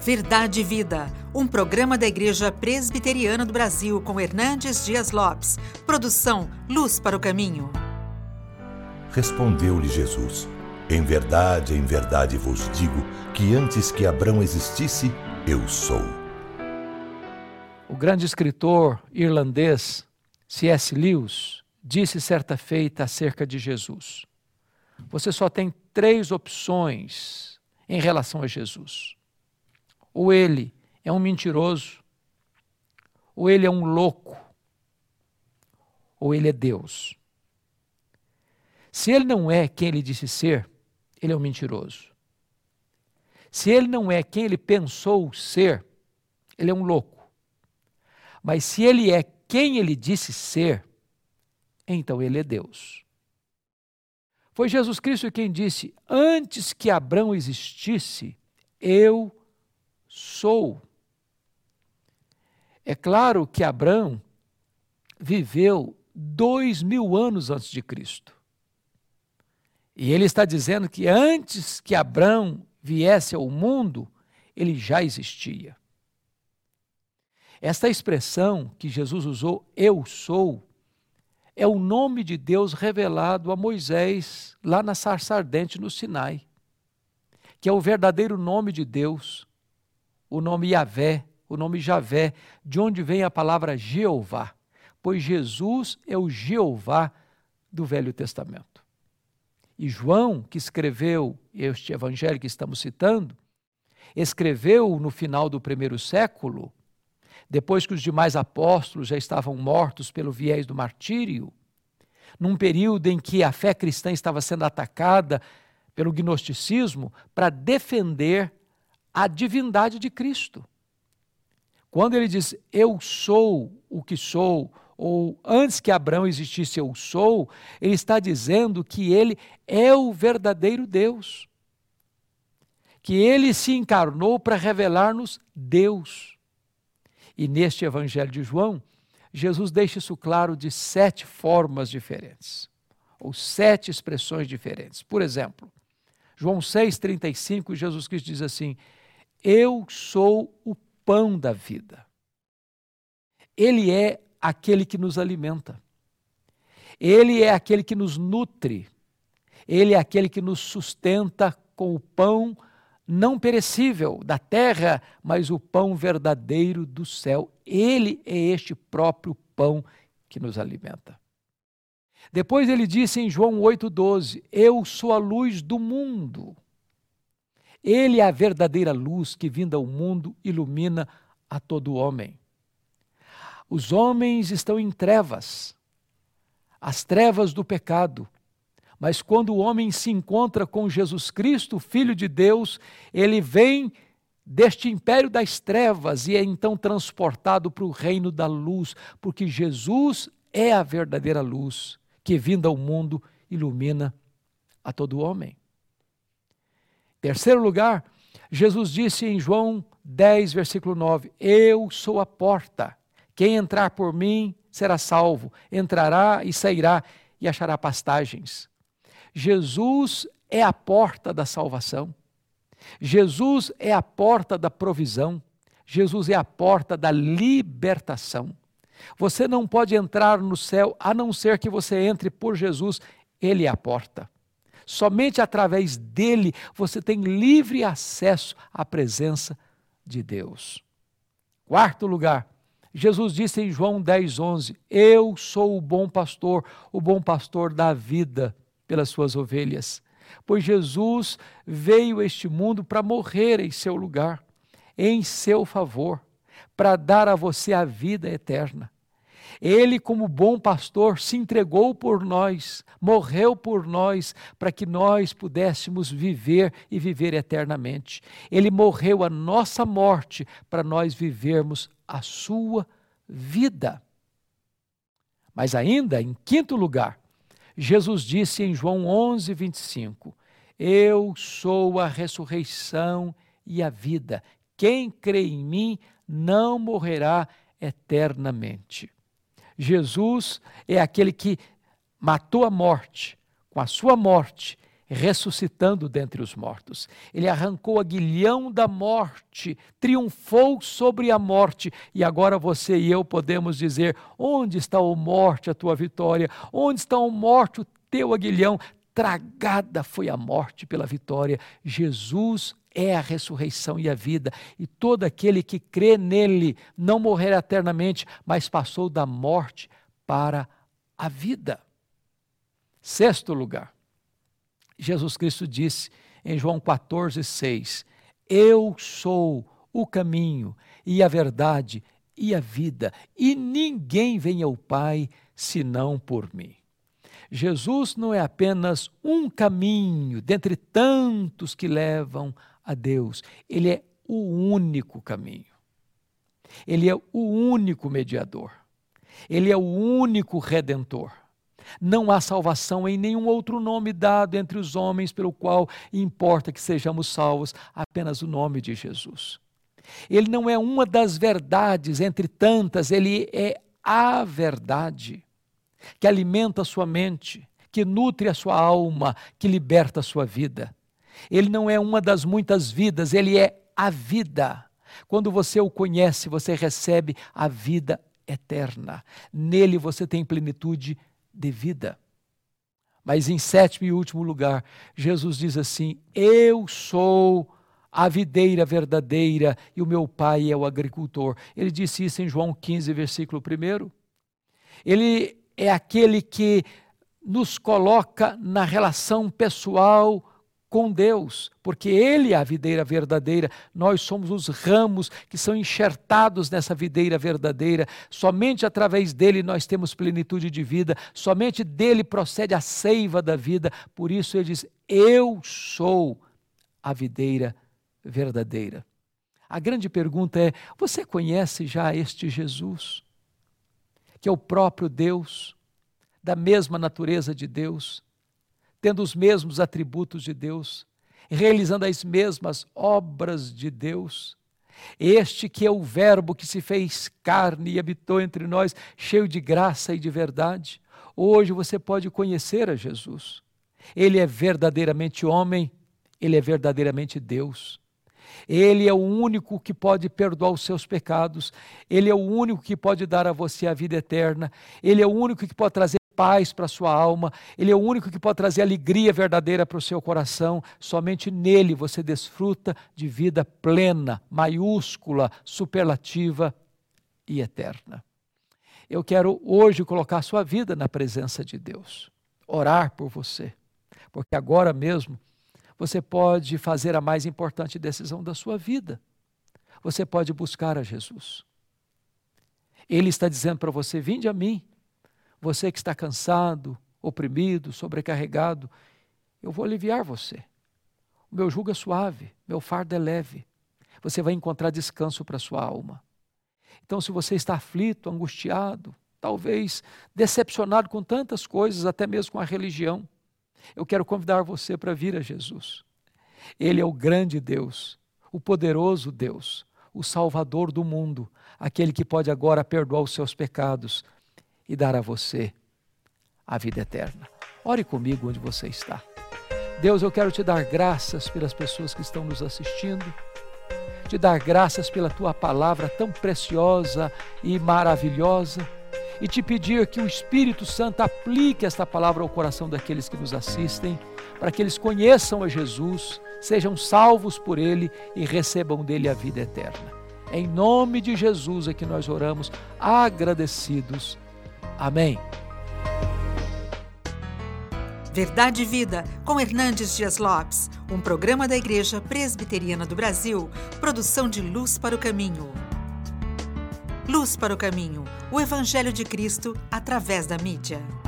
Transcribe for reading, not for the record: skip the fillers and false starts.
Verdade e Vida, um programa da Igreja Presbiteriana do Brasil com Hernandes Dias Lopes. Produção Luz para o Caminho. Respondeu-lhe Jesus: em verdade vos digo que antes que Abrão existisse, eu sou. O grande escritor irlandês C.S. Lewis disse certa feita acerca de Jesus: você só tem 3 opções em relação a Jesus. Ou ele é um mentiroso, ou ele é um louco, ou ele é Deus. Se ele não é quem ele disse ser, ele é um mentiroso. Se ele não é quem ele pensou ser, ele é um louco. Mas se ele é quem ele disse ser, então ele é Deus. Foi Jesus Cristo quem disse: antes que Abrão existisse, eu sou. É claro que Abrão viveu 2000 anos antes de Cristo. E ele está dizendo que antes que Abrão viesse ao mundo, ele já existia. Esta expressão que Jesus usou, eu sou, é o nome de Deus revelado a Moisés lá na sarça ardente no Sinai, que é o verdadeiro nome de Deus, o nome Yahvé, o nome Javé, de onde vem a palavra Jeová, pois Jesus é o Jeová do Velho Testamento. E João, que escreveu este evangelho que estamos citando, escreveu no final do 1º século, depois que os demais apóstolos já estavam mortos pelo viés do martírio, num período em que a fé cristã estava sendo atacada pelo gnosticismo, para defender a divindade de Cristo. Quando ele diz, eu sou o que sou, ou antes que Abrão existisse eu sou, ele está dizendo que ele é o verdadeiro Deus. Que ele se encarnou para revelar-nos Deus. E neste Evangelho de João, Jesus deixa isso claro de 7 formas diferentes, ou 7 expressões diferentes. Por exemplo, João 6,35, Jesus Cristo diz assim: eu sou o pão da vida. Ele é aquele que nos alimenta. Ele é aquele que nos nutre. Ele é aquele que nos sustenta com o pão não perecível da terra, mas o pão verdadeiro do céu. Ele é este próprio pão que nos alimenta. Depois ele disse em João 8,12, eu sou a luz do mundo. Ele é a verdadeira luz que, vinda ao mundo, ilumina a todo homem. Os homens estão em trevas, as trevas do pecado. Mas quando o homem se encontra com Jesus Cristo, Filho de Deus, ele vem deste império das trevas e é então transportado para o reino da luz, porque Jesus é a verdadeira luz que, vinda ao mundo, ilumina a todo homem. Terceiro lugar, Jesus disse em João 10, versículo 9, eu sou a porta, quem entrar por mim será salvo, entrará e sairá e achará pastagens. Jesus é a porta da salvação, Jesus é a porta da provisão, Jesus é a porta da libertação. Você não pode entrar no céu a não ser que você entre por Jesus, Ele é a porta. Somente através dele você tem livre acesso à presença de Deus. Quarto lugar, Jesus disse em João 10,11, eu sou o bom pastor dá vida pelas suas ovelhas. Pois Jesus veio a este mundo para morrer em seu lugar, em seu favor, para dar a você a vida eterna. Ele, como bom pastor, se entregou por nós, morreu por nós, para que nós pudéssemos viver e viver eternamente. Ele morreu a nossa morte, para nós vivermos a sua vida. Mas ainda, em quinto lugar, Jesus disse em João 11:25, eu sou a ressurreição e a vida. Quem crê em mim não morrerá eternamente. Jesus é aquele que matou a morte. Com a sua morte, ressuscitando dentre os mortos. Ele arrancou o aguilhão da morte, triunfou sobre a morte, e agora você e eu podemos dizer: onde está, ó morte, a tua vitória? Onde está, ó morte, o teu aguilhão? Tragada foi a morte pela vitória. Jesus é a ressurreição e a vida, e todo aquele que crê nele não morrerá eternamente, mas passou da morte para a vida. Sexto lugar, Jesus Cristo disse em João 14:6, eu sou o caminho e a verdade e a vida, e ninguém vem ao Pai senão por mim. Jesus não é apenas um caminho dentre tantos que levam a Deus, ele é o único caminho, ele é o único mediador, ele é o único redentor. Não há salvação em nenhum outro nome dado entre os homens pelo qual importa que sejamos salvos, apenas o nome de Jesus. Ele não é uma das verdades entre tantas, ele é a verdade que alimenta a sua mente, que nutre a sua alma, que liberta a sua vida. Ele não é uma das muitas vidas, ele é a vida. Quando você o conhece, você recebe a vida eterna. Nele você tem plenitude de vida. Mas em sétimo e último lugar, Jesus diz assim: eu sou a videira verdadeira e o meu Pai é o agricultor. Ele disse isso em João 15, versículo 1. Ele é aquele que nos coloca na relação pessoal com Deus, porque Ele é a videira verdadeira, nós somos os ramos que são enxertados nessa videira verdadeira, somente através dele nós temos plenitude de vida, somente dele procede a seiva da vida, por isso ele diz: eu sou a videira verdadeira. A grande pergunta é: você conhece já este Jesus, que é o próprio Deus, da mesma natureza de Deus, tendo os mesmos atributos de Deus, realizando as mesmas obras de Deus? Este que é o Verbo que se fez carne e habitou entre nós, cheio de graça e de verdade. Hoje você pode conhecer a Jesus. Ele é verdadeiramente homem, ele é verdadeiramente Deus. Ele é o único que pode perdoar os seus pecados, ele é o único que pode dar a você a vida eterna, ele é o único que pode trazer paz para a sua alma, ele é o único que pode trazer alegria verdadeira para o seu coração. Somente nele você desfruta de vida plena, maiúscula, superlativa e eterna. Eu quero hoje colocar a sua vida na presença de Deus, orar por você, porque agora mesmo você pode fazer a mais importante decisão da sua vida. Você pode buscar a Jesus. Ele está dizendo para você: vinde a mim, você que está cansado, oprimido, sobrecarregado, eu vou aliviar você. O meu jugo é suave, meu fardo é leve. Você vai encontrar descanso para a sua alma. Então, se você está aflito, angustiado, talvez decepcionado com tantas coisas, até mesmo com a religião, eu quero convidar você para vir a Jesus. Ele é o grande Deus, o poderoso Deus, o Salvador do mundo, aquele que pode agora perdoar os seus pecados e dar a você a vida eterna. Ore comigo onde você está. Deus, eu quero te dar graças pelas pessoas que estão nos assistindo, te dar graças pela tua palavra tão preciosa e maravilhosa, e te pedir que o Espírito Santo aplique esta palavra ao coração daqueles que nos assistem, para que eles conheçam a Jesus, sejam salvos por Ele e recebam dele a vida eterna. Em nome de Jesus é que nós oramos, agradecidos. Amém. Verdade e Vida, com Hernandes Dias Lopes, um programa da Igreja Presbiteriana do Brasil, produção de Luz para o Caminho. Luz para o Caminho, o Evangelho de Cristo através da mídia.